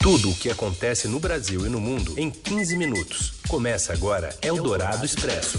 Tudo o que acontece no Brasil e no mundo em 15 minutos. Começa agora Eldorado Expresso.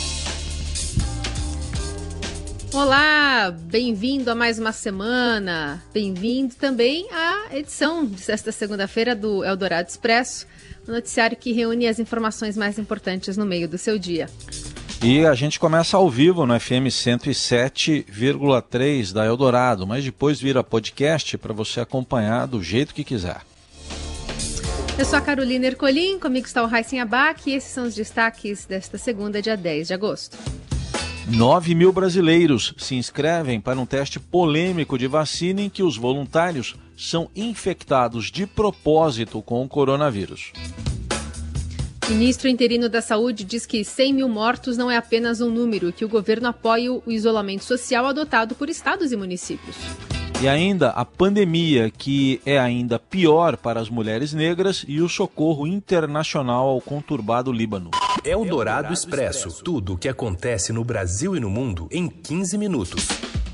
Olá, bem-vindo a mais uma semana. Bem-vindo também à edição desta segunda-feira do Eldorado Expresso, o noticiário que reúne as informações mais importantes no meio do seu dia. E a gente começa ao vivo no FM 107,3 da Eldorado, mas depois vira podcast para você acompanhar do jeito que quiser. Eu sou a Carolina Ercolim, comigo está o Raíssen Abac e esses são os destaques desta segunda, dia 10 de agosto. 9 mil brasileiros se inscrevem para um teste polêmico de vacina em que os voluntários são infectados de propósito com o coronavírus. Ministro interino da Saúde diz que 100 mil mortos não é apenas um número, que o governo apoia o isolamento social adotado por estados e municípios. E ainda a pandemia, que é ainda pior para as mulheres negras, e o socorro internacional ao conturbado Líbano. Eldorado Expresso. Tudo o que acontece no Brasil e no mundo em 15 minutos.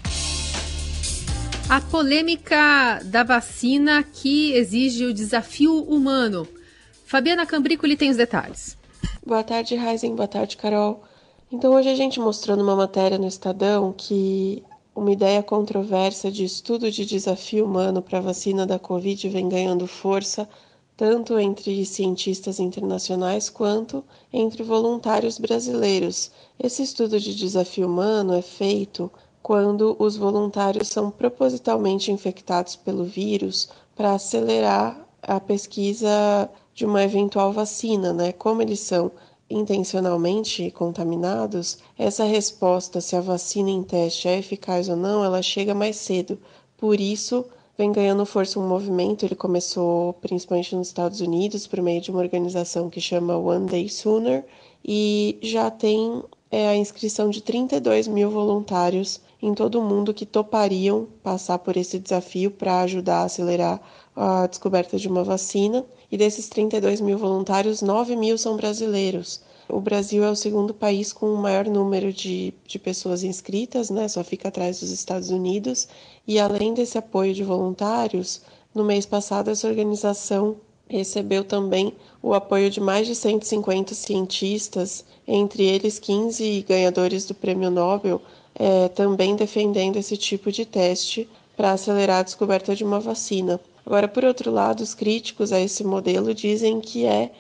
A polêmica da vacina que exige o desafio humano. Fabiana Cambrícoli tem os detalhes. Boa tarde, Raíssen. Boa tarde, Carol. Então, hoje a gente mostrou numa matéria no Estadão que uma ideia controversa de estudo de desafio humano para a vacina da Covid vem ganhando força, tanto entre cientistas internacionais quanto entre voluntários brasileiros. Esse estudo de desafio humano é feito quando os voluntários são propositalmente infectados pelo vírus para acelerar a pesquisa de uma eventual vacina, né? Como eles são intencionalmente contaminados, essa resposta se a vacina em teste é eficaz ou não, ela chega mais cedo. Por isso, vem ganhando força um movimento, ele começou principalmente nos Estados Unidos, por meio de uma organização que chama One Day Sooner, e já tem a inscrição de 32 mil voluntários em todo o mundo que topariam passar por esse desafio para ajudar a acelerar a descoberta de uma vacina. E desses 32 mil voluntários, 9 mil são brasileiros. O Brasil é o segundo país com o maior número de pessoas inscritas, né? Só fica atrás dos Estados Unidos. E além desse apoio de voluntários, no mês passado essa organização recebeu também o apoio de mais de 150 cientistas, entre eles 15 ganhadores do Prêmio Nobel, também defendendo esse tipo de teste para acelerar a descoberta de uma vacina. Agora, por outro lado, os críticos a esse modelo dizem que é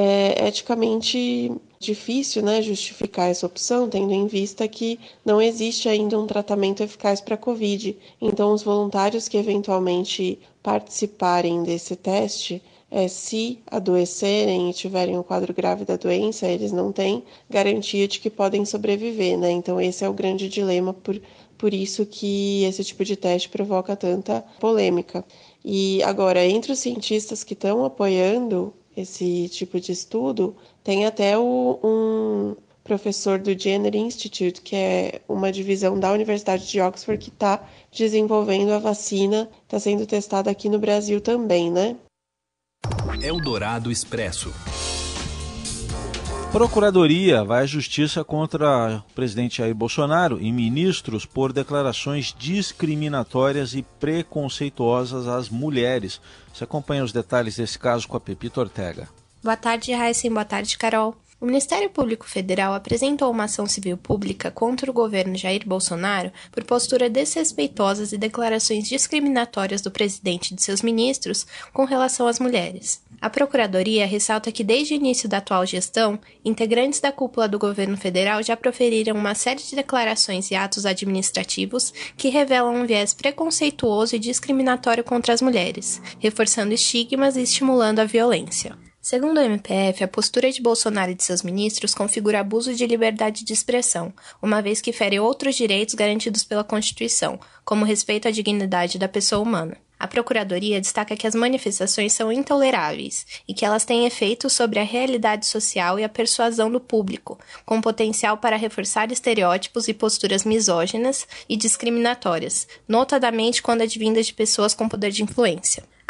eticamente difícil, né, justificar essa opção, tendo em vista que não existe ainda um tratamento eficaz para a Covid. Então, os voluntários que eventualmente participarem desse teste, se adoecerem e tiverem um quadro grave da doença, eles não têm garantia de que podem sobreviver, né? Então, esse é o grande dilema, por isso que esse tipo de teste provoca tanta polêmica. E agora, entre os cientistas que estão apoiando esse tipo de estudo, tem até um professor do Jenner Institute, que é uma divisão da Universidade de Oxford, que está desenvolvendo a vacina, está sendo testada aqui no Brasil também, né? Eldorado Expresso. Procuradoria vai à justiça contra o presidente Jair Bolsonaro e ministros por declarações discriminatórias e preconceituosas às mulheres. Você acompanha os detalhes desse caso com a Pepita Ortega. Boa tarde, Raíssen. Boa tarde, Carol. O Ministério Público Federal apresentou uma ação civil pública contra o governo Jair Bolsonaro por postura desrespeitosas e declarações discriminatórias do presidente e de seus ministros com relação às mulheres. A Procuradoria ressalta que desde o início da atual gestão, integrantes da cúpula do governo federal já proferiram uma série de declarações e atos administrativos que revelam um viés preconceituoso e discriminatório contra as mulheres, reforçando estigmas e estimulando a violência. Segundo o MPF, a postura de Bolsonaro e de seus ministros configura abuso de liberdade de expressão, uma vez que fere outros direitos garantidos pela Constituição, como respeito à dignidade da pessoa humana. A Procuradoria destaca que as manifestações são intoleráveis e que elas têm efeitos sobre a realidade social e a persuasão do público, com potencial para reforçar estereótipos e posturas misóginas e discriminatórias, notadamente quando advindas de pessoas com poder de influência.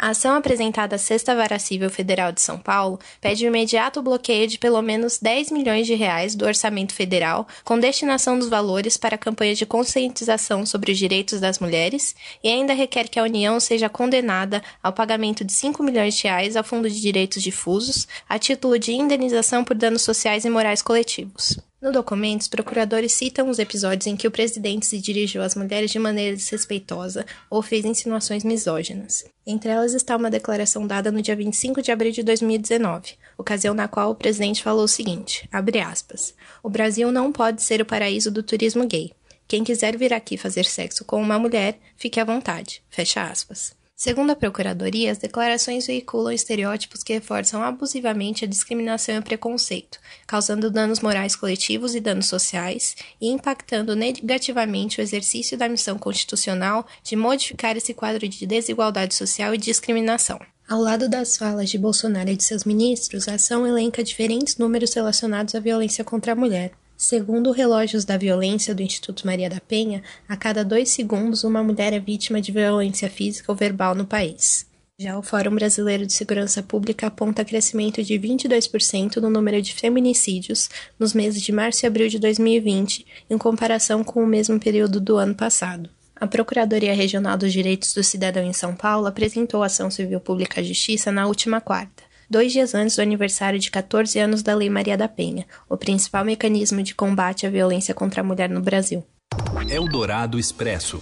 A ação apresentada à 6ª Vara Civil Federal de São Paulo pede o imediato bloqueio de pelo menos R$10 milhões do orçamento federal, com destinação dos valores para a campanha de conscientização sobre os direitos das mulheres, e ainda requer que a União seja condenada ao pagamento de R$5 milhões ao Fundo de Direitos Difusos, a título de indenização por danos sociais e morais coletivos. No documento, os procuradores citam os episódios em que o presidente se dirigiu às mulheres de maneira desrespeitosa ou fez insinuações misóginas. Entre elas está uma declaração dada no dia 25 de abril de 2019, ocasião na qual o presidente falou o seguinte, abre aspas, "O Brasil não pode ser o paraíso do turismo gay. Quem quiser vir aqui fazer sexo com uma mulher, fique à vontade", fecha aspas. Segundo a Procuradoria, as declarações veiculam estereótipos que reforçam abusivamente a discriminação e o preconceito, causando danos morais coletivos e danos sociais e impactando negativamente o exercício da missão constitucional de modificar esse quadro de desigualdade social e discriminação. Ao lado das falas de Bolsonaro e de seus ministros, a ação elenca diferentes números relacionados à violência contra a mulher. Segundo o Relógios da Violência do Instituto Maria da Penha, a cada 2 segundos uma mulher é vítima de violência física ou verbal no país. Já o Fórum Brasileiro de Segurança Pública aponta crescimento de 22% no número de feminicídios nos meses de março e abril de 2020, em comparação com o mesmo período do ano passado. A Procuradoria Regional dos Direitos do Cidadão em São Paulo apresentou a ação civil pública à Justiça na última quarta, 2 dias antes do aniversário de 14 anos da Lei Maria da Penha, o principal mecanismo de combate à violência contra a mulher no Brasil. Eldorado Expresso.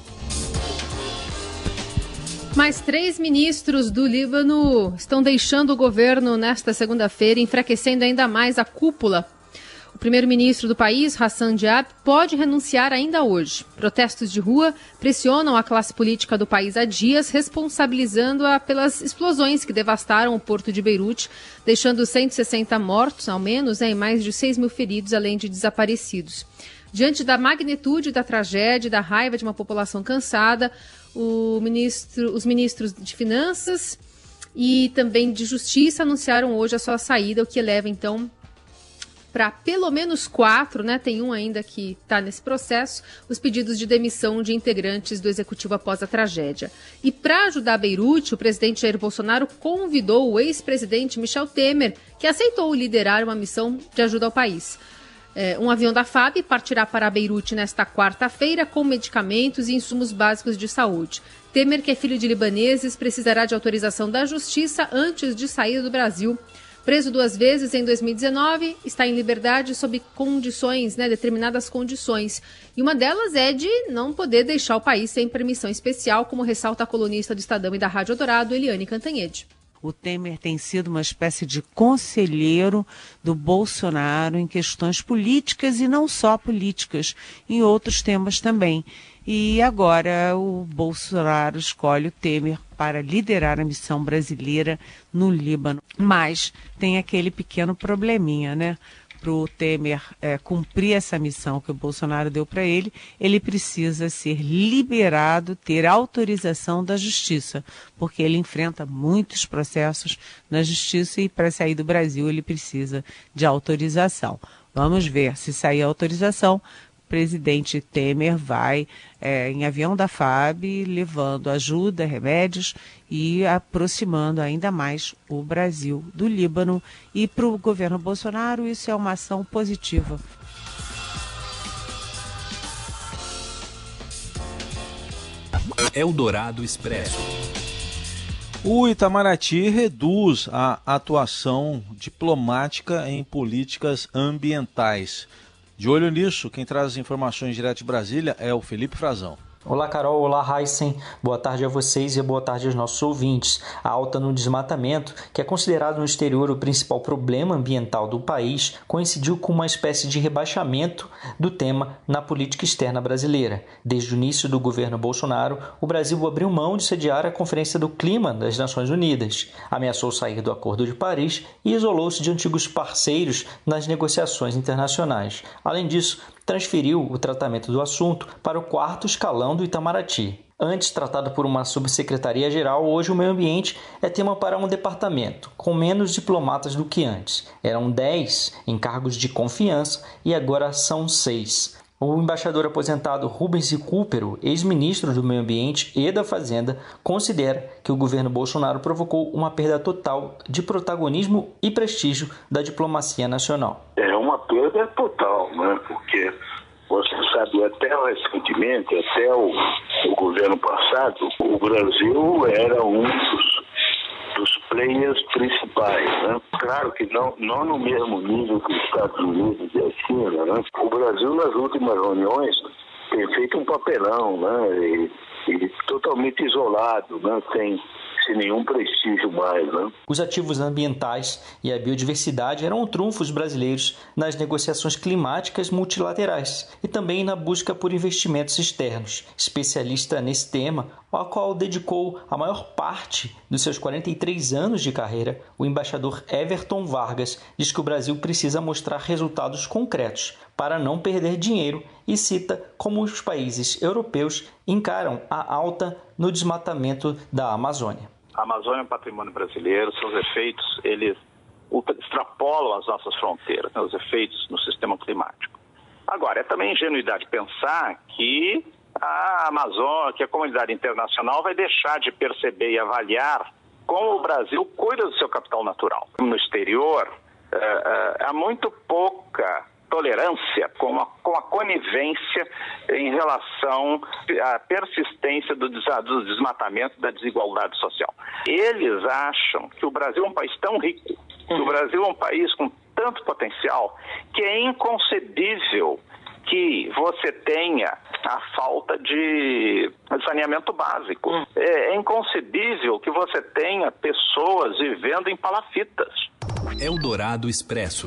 Mais 3 ministros do Líbano estão deixando o governo nesta segunda-feira, enfraquecendo ainda mais a cúpula. O primeiro-ministro do país, Hassan Diab, pode renunciar ainda hoje. Protestos de rua pressionam a classe política do país há dias, responsabilizando-a pelas explosões que devastaram o porto de Beirute, deixando 160 mortos, ao menos, e mais de 6 mil feridos, além de desaparecidos. Diante da magnitude da tragédia e da raiva de uma população cansada, os ministros de Finanças e também de Justiça anunciaram hoje a sua saída, o que eleva, então, para pelo menos 4, né, tem um ainda que está nesse processo, os pedidos de demissão de integrantes do executivo após a tragédia. E para ajudar Beirute, o presidente Jair Bolsonaro convidou o ex-presidente Michel Temer, que aceitou liderar uma missão de ajuda ao país. Um avião da FAB partirá para Beirute nesta quarta-feira com medicamentos e insumos básicos de saúde. Temer, que é filho de libaneses, precisará de autorização da Justiça antes de sair do Brasil. Preso 2 vezes em 2019, está em liberdade sob condições, determinadas condições. E uma delas é de não poder deixar o país sem permissão especial, como ressalta a colunista do Estadão e da Rádio Eldorado, Eliane Cantanhede. O Temer tem sido uma espécie de conselheiro do Bolsonaro em questões políticas e não só políticas, em outros temas também. E agora o Bolsonaro escolhe o Temer para liderar a missão brasileira no Líbano. Mas tem aquele pequeno probleminha, né? Para o Temer cumprir essa missão que o Bolsonaro deu para ele, ele precisa ser liberado, ter autorização da Justiça, porque ele enfrenta muitos processos na Justiça e para sair do Brasil ele precisa de autorização. Vamos ver se sair a autorização. O presidente Temer vai em avião da FAB, levando ajuda, remédios e aproximando ainda mais o Brasil do Líbano. E para o governo Bolsonaro isso é uma ação positiva. Eldorado Expresso. O Itamaraty reduz a atuação diplomática em políticas ambientais. De olho nisso, quem traz as informações direto de Brasília é o Felipe Frazão. Olá, Carol. Olá, Heisen. Boa tarde a vocês e boa tarde aos nossos ouvintes. A alta no desmatamento, que é considerado no exterior o principal problema ambiental do país, coincidiu com uma espécie de rebaixamento do tema na política externa brasileira. Desde o início do governo Bolsonaro, o Brasil abriu mão de sediar a Conferência do Clima das Nações Unidas, ameaçou sair do Acordo de Paris e isolou-se de antigos parceiros nas negociações internacionais. Além disso, transferiu o tratamento do assunto para o 4º escalão do Itamaraty. Antes tratado por uma subsecretaria-geral, hoje o meio ambiente é tema para um departamento, com menos diplomatas do que antes. Eram 10 em cargos de confiança e agora são 6. O embaixador aposentado Rubens Recupero, ex-ministro do Meio Ambiente e da Fazenda, considera que o governo Bolsonaro provocou uma perda total de protagonismo e prestígio da diplomacia nacional. É uma perda total, né? Porque você sabe, até recentemente, até o governo passado, o Brasil era um dos players principais, né? Claro que não no mesmo nível que os Estados Unidos e a China, né? O Brasil, nas últimas reuniões, tem feito um papelão, né? E totalmente isolado, né? Sem nenhum prestígio mais, né? Os ativos ambientais e a biodiversidade eram trunfos brasileiros nas negociações climáticas multilaterais e também na busca por investimentos externos. Especialista nesse tema, ao qual dedicou a maior parte dos seus 43 anos de carreira, o embaixador Everton Vargas diz que o Brasil precisa mostrar resultados concretos para não perder dinheiro e cita como os países europeus encaram a alta no desmatamento da Amazônia. A Amazônia é um patrimônio brasileiro, seus efeitos, eles extrapolam as nossas fronteiras, né, os efeitos no sistema climático. Agora, é também ingenuidade pensar que a Amazônia, que a comunidade internacional vai deixar de perceber e avaliar como o Brasil cuida do seu capital natural. No exterior, há muito pouca tolerância com a conivência em relação à persistência do desmatamento, da desigualdade social. Eles acham que o Brasil é um país tão rico, que o Brasil é um país com tanto potencial, que é inconcebível que você tenha a falta de saneamento básico. É inconcebível que você tenha pessoas vivendo em palafitas. Eldorado Expresso.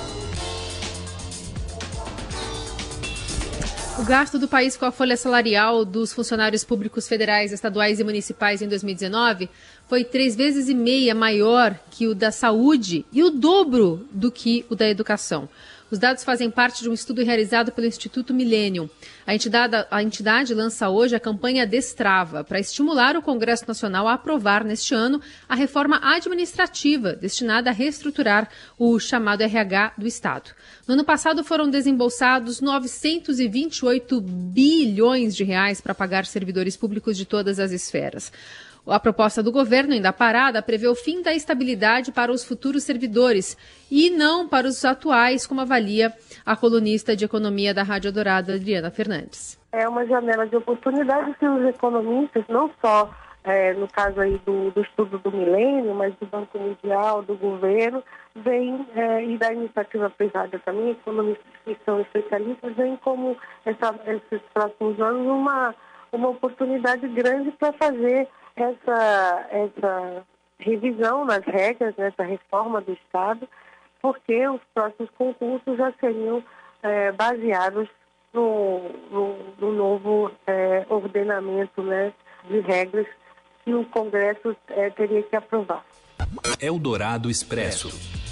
O gasto do país com a folha salarial dos funcionários públicos federais, estaduais e municipais em 2019 foi 3,5 vezes maior que o da saúde e o dobro do que o da educação. Os dados fazem parte de um estudo realizado pelo Instituto Millennium. A entidade lança hoje a campanha Destrava, para estimular o Congresso Nacional a aprovar neste ano a reforma administrativa destinada a reestruturar o chamado RH do Estado. No ano passado foram desembolsados 928 bilhões de reais para pagar servidores públicos de todas as esferas. A proposta do governo, ainda parada, prevê o fim da estabilidade para os futuros servidores e não para os atuais, como avalia a colunista de economia da Rádio Dourado, Adriana Fernandes. É uma janela de oportunidade que os economistas, não só no caso aí do estudo do milênio, mas do Banco Mundial, do governo, vem, e da iniciativa privada também, economistas que são especialistas, veem como esses próximos anos uma oportunidade grande para fazer essa revisão nas regras, essa reforma do Estado, porque os próximos concursos já seriam baseados no novo ordenamento, né, de regras que o Congresso teria que aprovar. Eldorado Expresso.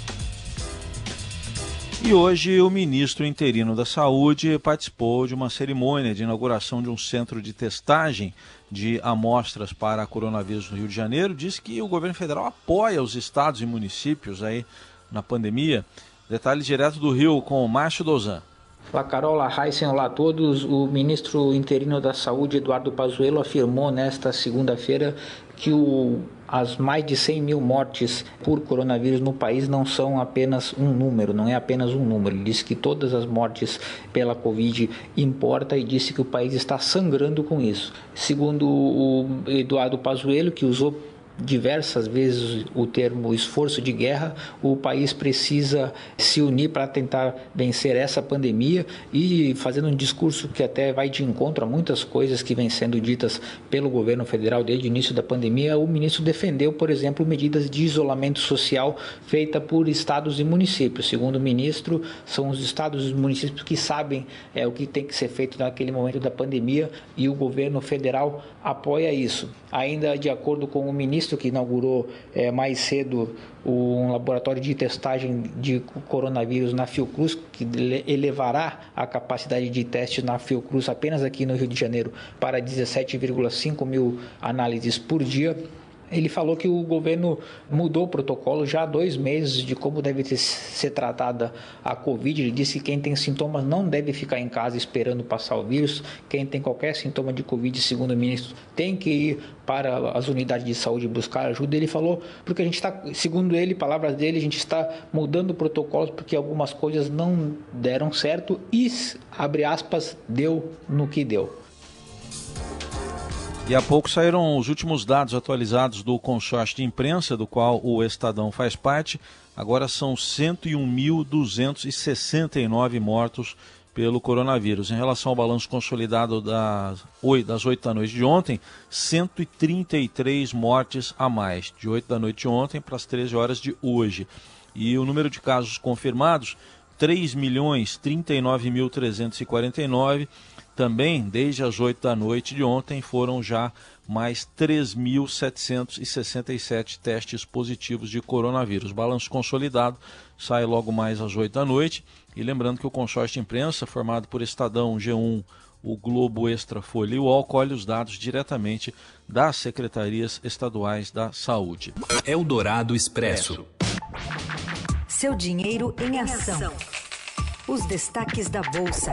E hoje o ministro interino da Saúde participou de uma cerimônia de inauguração de um centro de testagem de amostras para coronavírus no Rio de Janeiro. Disse que o governo federal apoia os estados e municípios aí na pandemia. Detalhes direto do Rio com o Márcio Dozan. Olá, Carol, olá, Heisen, olá a todos. O ministro interino da Saúde, Eduardo Pazuello, afirmou nesta segunda-feira que as mais de 100 mil mortes por coronavírus no país não são apenas um número, não é apenas um número. Ele disse que todas as mortes pela Covid importam e disse que o país está sangrando com isso. Segundo o Eduardo Pazuello, que usou diversas vezes o termo esforço de guerra, o país precisa se unir para tentar vencer essa pandemia, e fazendo um discurso que até vai de encontro a muitas coisas que vêm sendo ditas pelo governo federal desde o início da pandemia. O ministro defendeu, por exemplo, medidas de isolamento social feitas por estados e municípios. Segundo o ministro, são os estados e os municípios que sabem o que tem que ser feito naquele momento da pandemia, e o governo federal apoia isso. Ainda de acordo com o ministro, que inaugurou mais cedo um laboratório de testagem de coronavírus na Fiocruz, que elevará a capacidade de teste na Fiocruz apenas aqui no Rio de Janeiro para 17,5 mil análises por dia. Ele falou que o governo mudou o protocolo já há 2 meses de como deve ser tratada a Covid. Ele disse que quem tem sintomas não deve ficar em casa esperando passar o vírus. Quem tem qualquer sintoma de Covid, segundo o ministro, tem que ir para as unidades de saúde buscar ajuda. Ele falou porque a gente está, segundo ele, palavras dele, a gente está mudando protocolos porque algumas coisas não deram certo e, abre aspas, deu no que deu. E há pouco saíram os últimos dados atualizados do consórcio de imprensa, do qual o Estadão faz parte. Agora são 101.269 mortos pelo coronavírus. Em relação ao balanço consolidado das 8 da noite de ontem, 133 mortes a mais, de 8 da noite de ontem para as 13 horas de hoje. E o número de casos confirmados, 3.039.349. Também, desde as 8 da noite de ontem, foram já mais 3.767 testes positivos de coronavírus. Balanço consolidado sai logo mais às 8 da noite. E lembrando que o consórcio de imprensa, formado por Estadão, G1, o Globo, Extra, Folha e o UOL, colhe os dados diretamente das secretarias estaduais da saúde. Eldorado Expresso. Seu dinheiro em ação. Os destaques da Bolsa.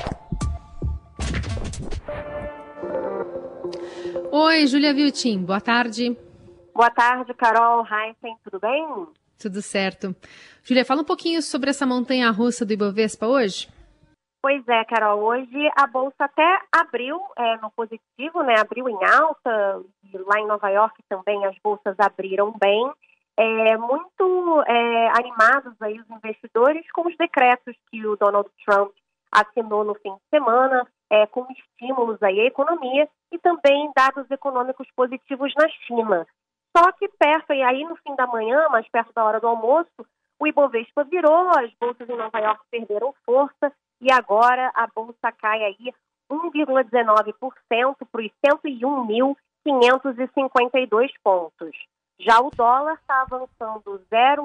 Oi, Júlia Viltin, boa tarde. Boa tarde, Carol, Heisen, tudo bem? Tudo certo. Júlia, fala um pouquinho sobre essa montanha-russa do Ibovespa hoje. Pois é, Carol, hoje a Bolsa até abriu no positivo, né? Abriu em alta, e lá em Nova York também as bolsas abriram bem. Muito animados aí os investidores com os decretos que o Donald Trump assinou no fim de semana, com estímulos aí à economia e também dados econômicos positivos na China. Só que perto, e aí no fim da manhã, mais perto da hora do almoço, o Ibovespa virou, as bolsas em Nova York perderam força e agora a bolsa cai aí 1,19% para os 101.552 pontos. Já o dólar está avançando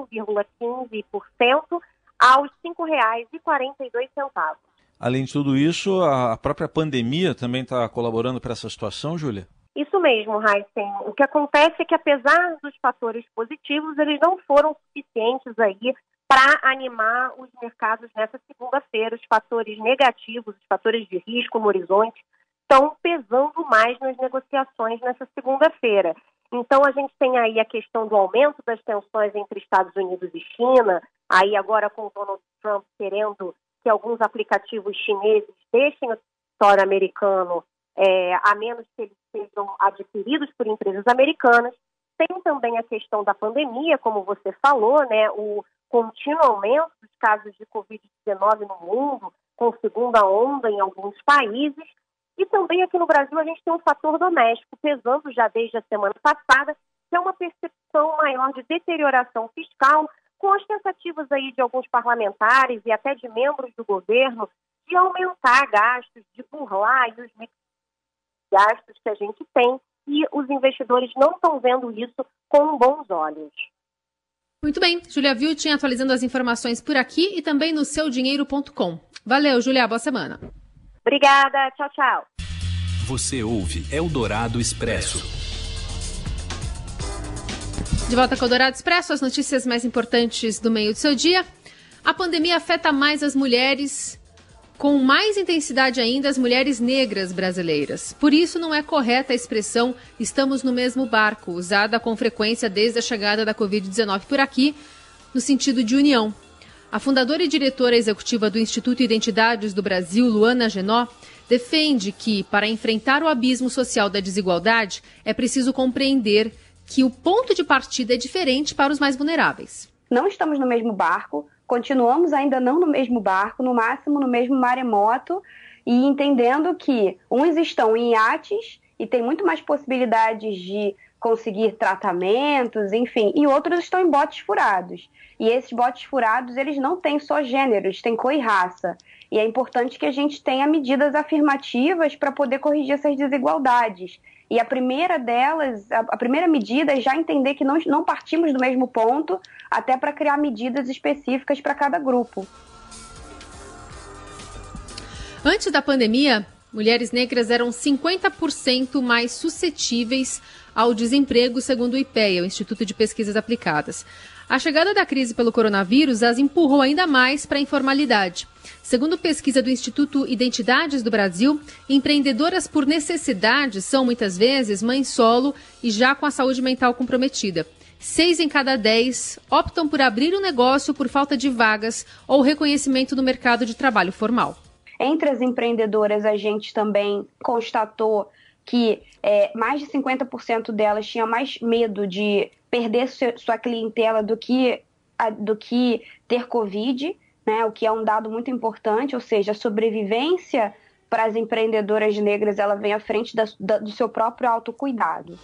0,15% aos R$ 5,42. Além de tudo isso, a própria pandemia também está colaborando para essa situação, Júlia? Isso mesmo, Heisen. O que acontece é que, apesar dos fatores positivos, eles não foram suficientes aí para animar os mercados nessa segunda-feira. Os fatores negativos, os fatores de risco no horizonte, estão pesando mais nas negociações nessa segunda-feira. Então, a gente tem aí a questão do aumento das tensões entre Estados Unidos e China, aí agora com o Donald Trump querendo que alguns aplicativos chineses deixem o território americano, a menos que eles sejam adquiridos por empresas americanas. Tem também a questão da pandemia, como você falou, né, o contínuo aumento dos casos de Covid-19 no mundo, com segunda onda em alguns países. E também aqui no Brasil a gente tem um fator doméstico pesando já desde a semana passada, que é uma percepção maior de deterioração fiscal, com as tentativas aí de alguns parlamentares e até de membros do governo de aumentar gastos, de burlar os gastos que a gente tem, e os investidores não estão vendo isso com bons olhos. Muito bem, Júlia Viltin atualizando as informações por aqui e também no seudinheiro.com. Valeu, Júlia, boa semana. Obrigada, tchau, tchau. Você ouve Eldorado Expresso. De volta com o Eldorado Expresso, as notícias mais importantes do meio do seu dia. A pandemia afeta mais as mulheres, com mais intensidade ainda as mulheres negras brasileiras. Por isso não é correta a expressão "estamos no mesmo barco", usada com frequência desde a chegada da Covid-19 por aqui, no sentido de união. A fundadora e diretora executiva do Instituto Identidades do Brasil, Luana Genó, defende que, para enfrentar o abismo social da desigualdade, é preciso compreender que o ponto de partida é diferente para os mais vulneráveis. Não estamos no mesmo barco, continuamos ainda não no mesmo barco, no máximo no mesmo maremoto, e entendendo que uns estão em iates e têm muito mais possibilidades de conseguir tratamentos, enfim, e outros estão em botes furados. E esses botes furados, eles não têm só gênero, eles têm cor e raça. E é importante que a gente tenha medidas afirmativas para poder corrigir essas desigualdades. E a primeira delas, a primeira medida é já entender que não partimos do mesmo ponto, até para criar medidas específicas para cada grupo. Antes da pandemia, mulheres negras eram 50% mais suscetíveis ao desemprego, segundo o IPEA, o Instituto de Pesquisas Aplicadas. A chegada da crise pelo coronavírus as empurrou ainda mais para a informalidade. Segundo pesquisa do Instituto Identidades do Brasil, empreendedoras por necessidade são, muitas vezes, mães solo e já com a saúde mental comprometida. 6 em cada 10 optam por abrir um negócio por falta de vagas ou reconhecimento no mercado de trabalho formal. Entre as empreendedoras, a gente também constatou que mais de 50% delas tinham mais medo de perder sua clientela do que ter Covid, né? O que é um dado muito importante, ou seja, a sobrevivência para as empreendedoras negras ela vem à frente do seu próprio autocuidado.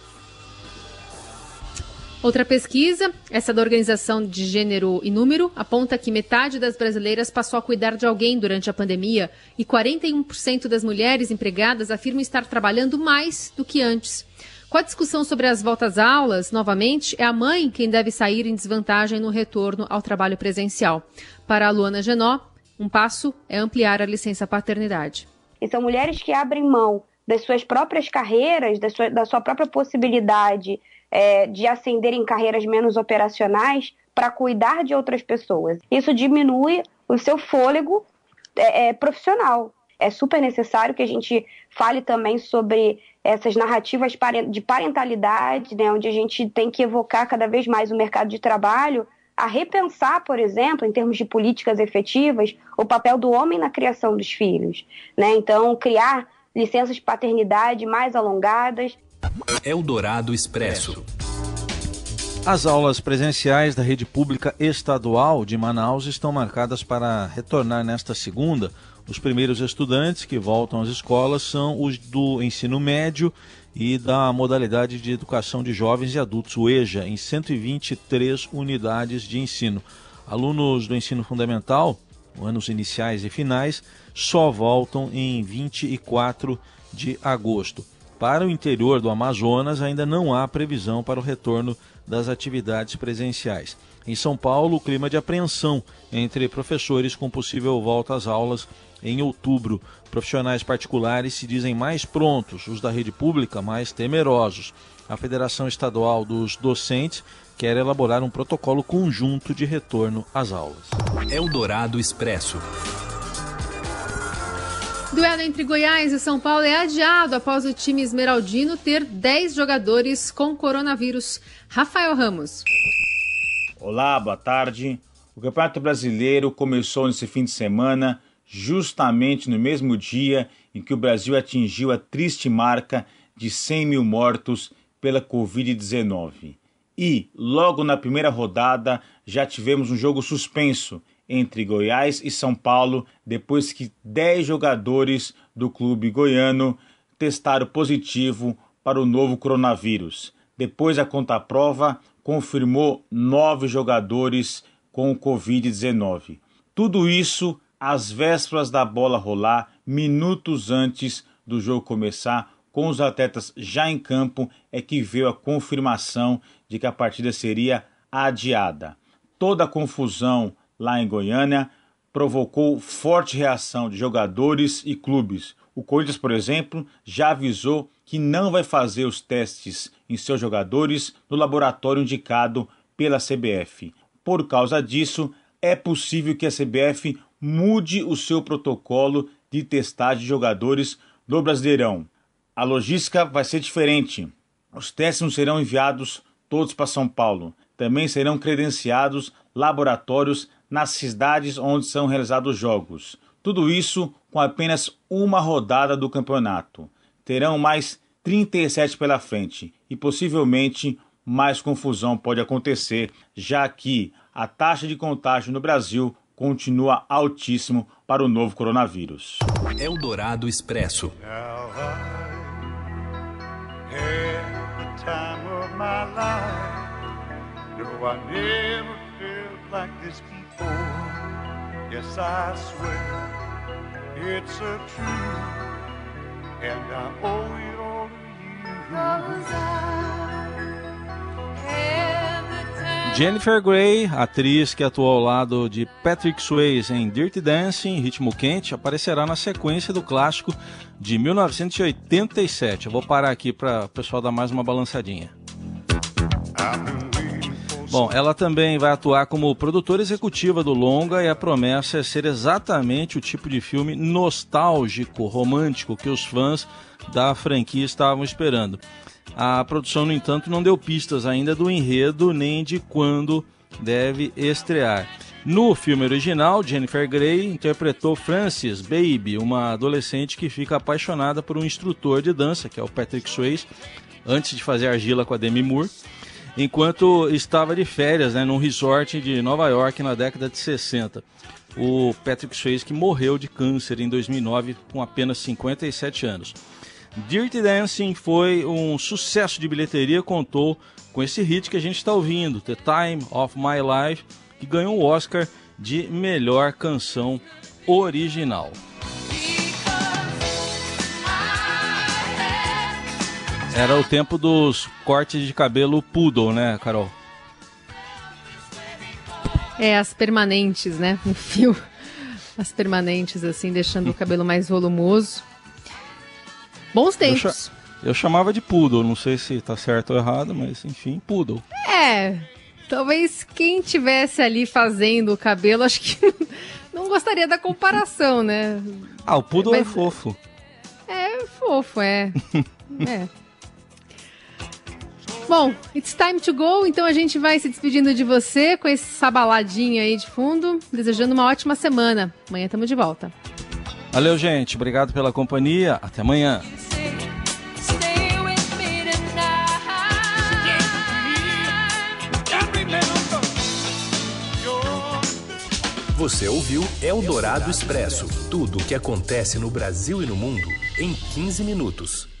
Outra pesquisa, essa da Organização de Gênero e Número, aponta que metade das brasileiras passou a cuidar de alguém durante a pandemia e 41% das mulheres empregadas afirmam estar trabalhando mais do que antes. Com a discussão sobre as voltas às aulas, novamente, é a mãe quem deve sair em desvantagem no retorno ao trabalho presencial. Para a Luana Genó, um passo é ampliar a licença paternidade. E são mulheres que abrem mão das suas próprias carreiras, da sua própria possibilidade de ascender em carreiras menos operacionais para cuidar de outras pessoas. Isso diminui o seu fôlego profissional. É super necessário que a gente fale também sobre essas narrativas de parentalidade, né, onde a gente tem que evocar cada vez mais o mercado de trabalho a repensar, por exemplo, em termos de políticas efetivas, o papel do homem na criação dos filhos, né? Então, criar licenças de paternidade mais alongadas. Eldorado Expresso. As aulas presenciais da rede pública estadual de Manaus estão marcadas para retornar nesta segunda. Os primeiros estudantes que voltam às escolas são os do ensino médio e da modalidade de educação de jovens e adultos, o EJA, em 123 unidades de ensino. Alunos do ensino fundamental, anos iniciais e finais, só voltam em 24 de agosto. Para o interior do Amazonas, ainda não há previsão para o retorno das atividades presenciais. Em São Paulo, o clima de apreensão entre professores com possível volta às aulas em outubro. Profissionais particulares se dizem mais prontos, os da rede pública mais temerosos. A Federação Estadual dos Docentes quer elaborar um protocolo conjunto de retorno às aulas. Eldorado Expresso. Duelo entre Goiás e São Paulo é adiado após o time esmeraldino ter 10 jogadores com coronavírus. Rafael Ramos. Olá, boa tarde. O Campeonato Brasileiro começou nesse fim de semana, justamente no mesmo dia em que o Brasil atingiu a triste marca de 100 mil mortos pela Covid-19. E, logo na primeira rodada, já tivemos um jogo suspenso entre Goiás e São Paulo, depois que 10 jogadores do clube goiano testaram positivo para o novo coronavírus. Depois a contraprova confirmou 9 jogadores com o Covid-19. Tudo isso às vésperas da bola rolar, minutos antes do jogo começar, com os atletas já em campo, é que veio a confirmação de que a partida seria adiada. Toda a confusão lá em Goiânia provocou forte reação de jogadores e clubes. O Corinthians, por exemplo, já avisou que não vai fazer os testes em seus jogadores no laboratório indicado pela CBF. Por causa disso, é possível que a CBF mude o seu protocolo de testagem de jogadores no Brasileirão. A logística vai ser diferente. Os testes não serão enviados todos para São Paulo. Também serão credenciados laboratórios nas cidades onde são realizados os jogos. Tudo isso com apenas uma rodada do campeonato. Terão mais 37 pela frente e possivelmente mais confusão pode acontecer, já que a taxa de contágio no Brasil continua altíssimo para o novo coronavírus. Eldorado Expresso. Like this before, yes I swear it's a truth, and I owe it all to you. 'Cause I had the time Jennifer Grey, atriz que atuou ao lado de Patrick Swayze em Dirty Dancing, Ritmo Quente, aparecerá na sequência do clássico de 1987. Eu vou parar aqui para o pessoal dar mais uma balançadinha. Bom, ela também vai atuar como produtora executiva do longa e a promessa é ser exatamente o tipo de filme nostálgico, romântico que os fãs da franquia estavam esperando. A produção, no entanto, não deu pistas ainda do enredo nem de quando deve estrear. No filme original, Jennifer Grey interpretou Frances Baby, uma adolescente que fica apaixonada por um instrutor de dança, que é o Patrick Swayze, antes de fazer argila com a Demi Moore, enquanto estava de férias, num resort de Nova York na década de 60. O Patrick Swayze, que morreu de câncer em 2009 com apenas 57 anos. Dirty Dancing foi um sucesso de bilheteria, contou com esse hit que a gente está ouvindo, The Time of My Life, que ganhou o Oscar de melhor canção original. Era o tempo dos cortes de cabelo poodle, né, Carol? As permanentes, né, no fio. As permanentes, assim, deixando o cabelo mais volumoso. Bons tempos. Eu chamava de poodle, não sei se tá certo ou errado, mas enfim, poodle. Talvez quem tivesse ali fazendo o cabelo, acho que não gostaria da comparação, né? O poodle é fofo. É fofo, é. Bom, it's time to go, então a gente vai se despedindo de você com essa baladinha aí de fundo, desejando uma ótima semana. Amanhã estamos de volta. Valeu, gente. Obrigado pela companhia. Até amanhã. Você ouviu Eldorado Expresso. Tudo o que acontece no Brasil e no mundo em 15 minutos.